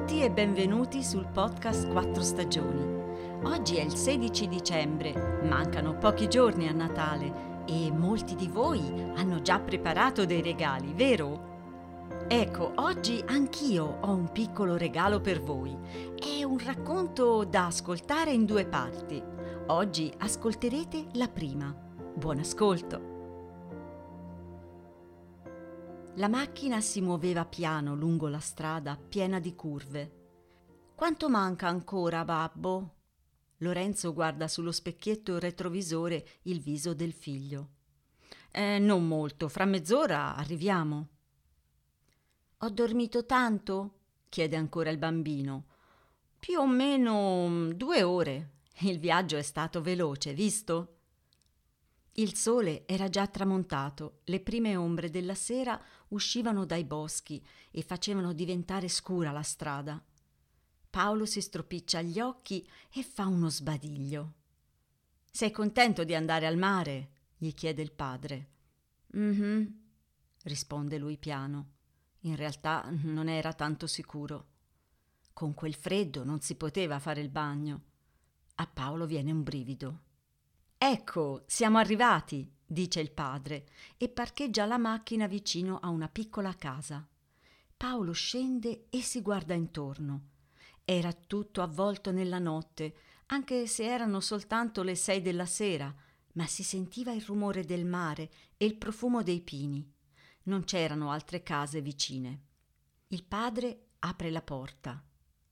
tutti e benvenuti sul podcast 4 Stagioni. Oggi è il 16 dicembre, mancano pochi giorni a Natale e molti di voi hanno già preparato dei regali, vero? Ecco, oggi anch'io ho un piccolo regalo per voi. È un racconto da ascoltare in 2 parti. Oggi ascolterete la prima. Buon ascolto! La macchina si muoveva piano lungo la strada piena di curve. «Quanto manca ancora, babbo?» Lorenzo guarda sullo specchietto retrovisore il viso del figlio. Non molto, fra mezz'ora arriviamo». «Ho dormito tanto?» chiede ancora il bambino. «Più o meno 2 ore. Il viaggio è stato veloce, visto?» Il sole era già tramontato, le prime ombre della sera uscivano dai boschi e facevano diventare scura la strada. Paolo si stropiccia gli occhi e fa uno sbadiglio. «Sei contento di andare al mare?» gli chiede il padre. «Mhm», risponde lui piano. In realtà non era tanto sicuro. Con quel freddo non si poteva fare il bagno. A Paolo viene un brivido. «Ecco, siamo arrivati», dice il padre, e parcheggia la macchina vicino a una piccola casa. Paolo scende e si guarda intorno. Era tutto avvolto nella notte, anche se erano soltanto le 6 della sera, ma si sentiva il rumore del mare e il profumo dei pini. Non c'erano altre case vicine. Il padre apre la porta.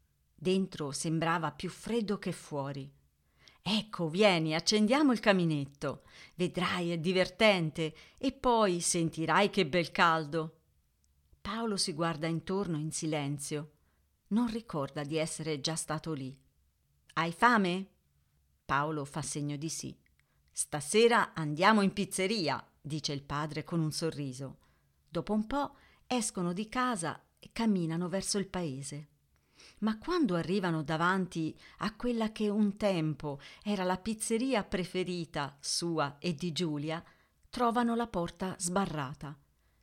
Dentro sembrava più freddo che fuori. «Ecco, vieni, accendiamo il caminetto. Vedrai, è divertente e poi sentirai che bel caldo». Paolo si guarda intorno in silenzio. Non ricorda di essere già stato lì. «Hai fame?» Paolo fa segno di sì. «Stasera andiamo in pizzeria», dice il padre con un sorriso. Dopo un po' escono di casa e camminano verso il paese. Ma quando arrivano davanti a quella che un tempo era la pizzeria preferita sua e di Giulia, trovano la porta sbarrata.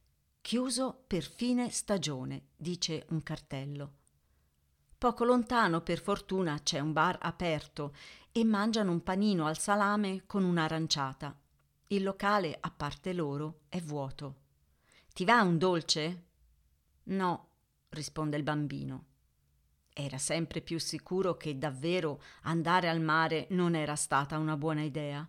«Chiuso per fine stagione», dice un cartello. Poco lontano, per fortuna, c'è un bar aperto e mangiano un panino al salame con un'aranciata. Il locale, a parte loro, è vuoto. «Ti va un dolce?» «No», risponde il bambino. Era sempre più sicuro che davvero andare al mare non era stata una buona idea.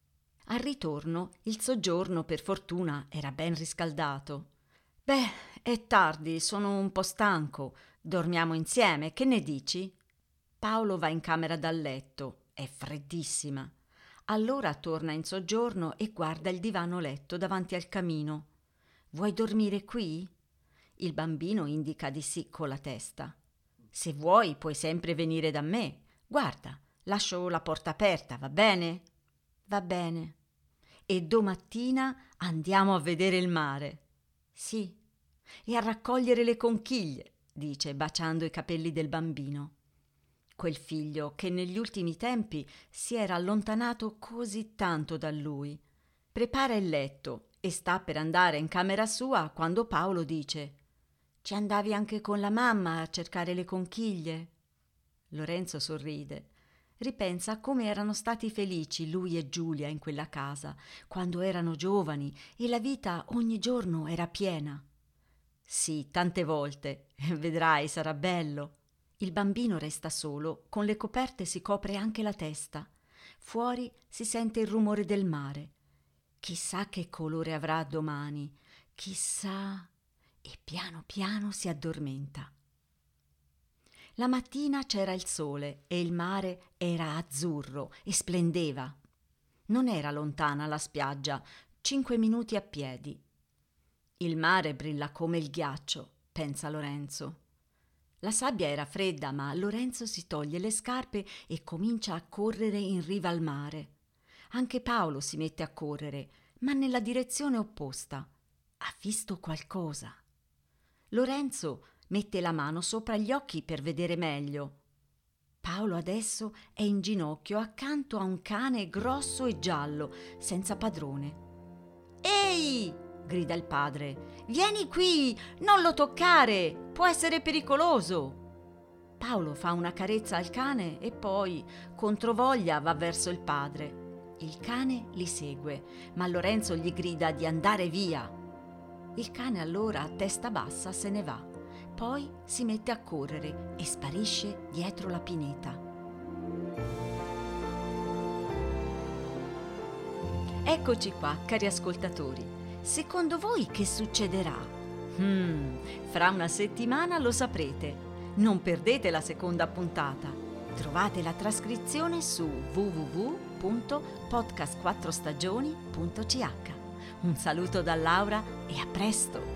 Al ritorno, il soggiorno, per fortuna, era ben riscaldato. «Beh, è tardi, sono un po' stanco. Dormiamo insieme, che ne dici?» Paolo va in camera da letto. È freddissima. Allora torna in soggiorno e guarda il divano letto davanti al camino. «Vuoi dormire qui?» Il bambino indica di sì con la testa. «Se vuoi puoi sempre venire da me. Guarda, lascio la porta aperta, va bene?» «Va bene». «E domattina andiamo a vedere il mare?» «Sì». «E a raccogliere le conchiglie», dice baciando i capelli del bambino. Quel figlio che negli ultimi tempi si era allontanato così tanto da lui. Prepara il letto e sta per andare in camera sua quando Paolo dice: «Ci andavi anche con la mamma a cercare le conchiglie?» Lorenzo sorride. Ripensa a come erano stati felici lui e Giulia in quella casa, quando erano giovani e la vita ogni giorno era piena. «Sì, tante volte. Vedrai, sarà bello». Il bambino resta solo, con le coperte si copre anche la testa. Fuori si sente il rumore del mare. Chissà che colore avrà domani. Chissà... E piano piano si addormenta. La mattina c'era il sole e il mare era azzurro e splendeva. Non era lontana la spiaggia, 5 minuti a piedi. Il mare brilla come il ghiaccio, pensa Lorenzo. La sabbia era fredda, ma Lorenzo si toglie le scarpe e comincia a correre in riva al mare. Anche Paolo si mette a correre, ma nella direzione opposta. Ha visto qualcosa. Lorenzo mette la mano sopra gli occhi per vedere meglio. Paolo adesso è in ginocchio accanto a un cane grosso e giallo, senza padrone. «Ehi!» grida il padre. «Vieni qui! Non lo toccare! Può essere pericoloso!» Paolo fa una carezza al cane e poi, controvoglia, va verso il padre. Il cane li segue, ma Lorenzo gli grida di andare via. Il cane allora a testa bassa se ne va, poi si mette a correre e sparisce dietro la pineta. Eccoci qua, cari ascoltatori. Secondo voi che succederà? Fra una settimana lo saprete. Non perdete la seconda puntata. Trovate la trascrizione su www.podcast4stagioni.ch. Un saluto da Laura e a presto!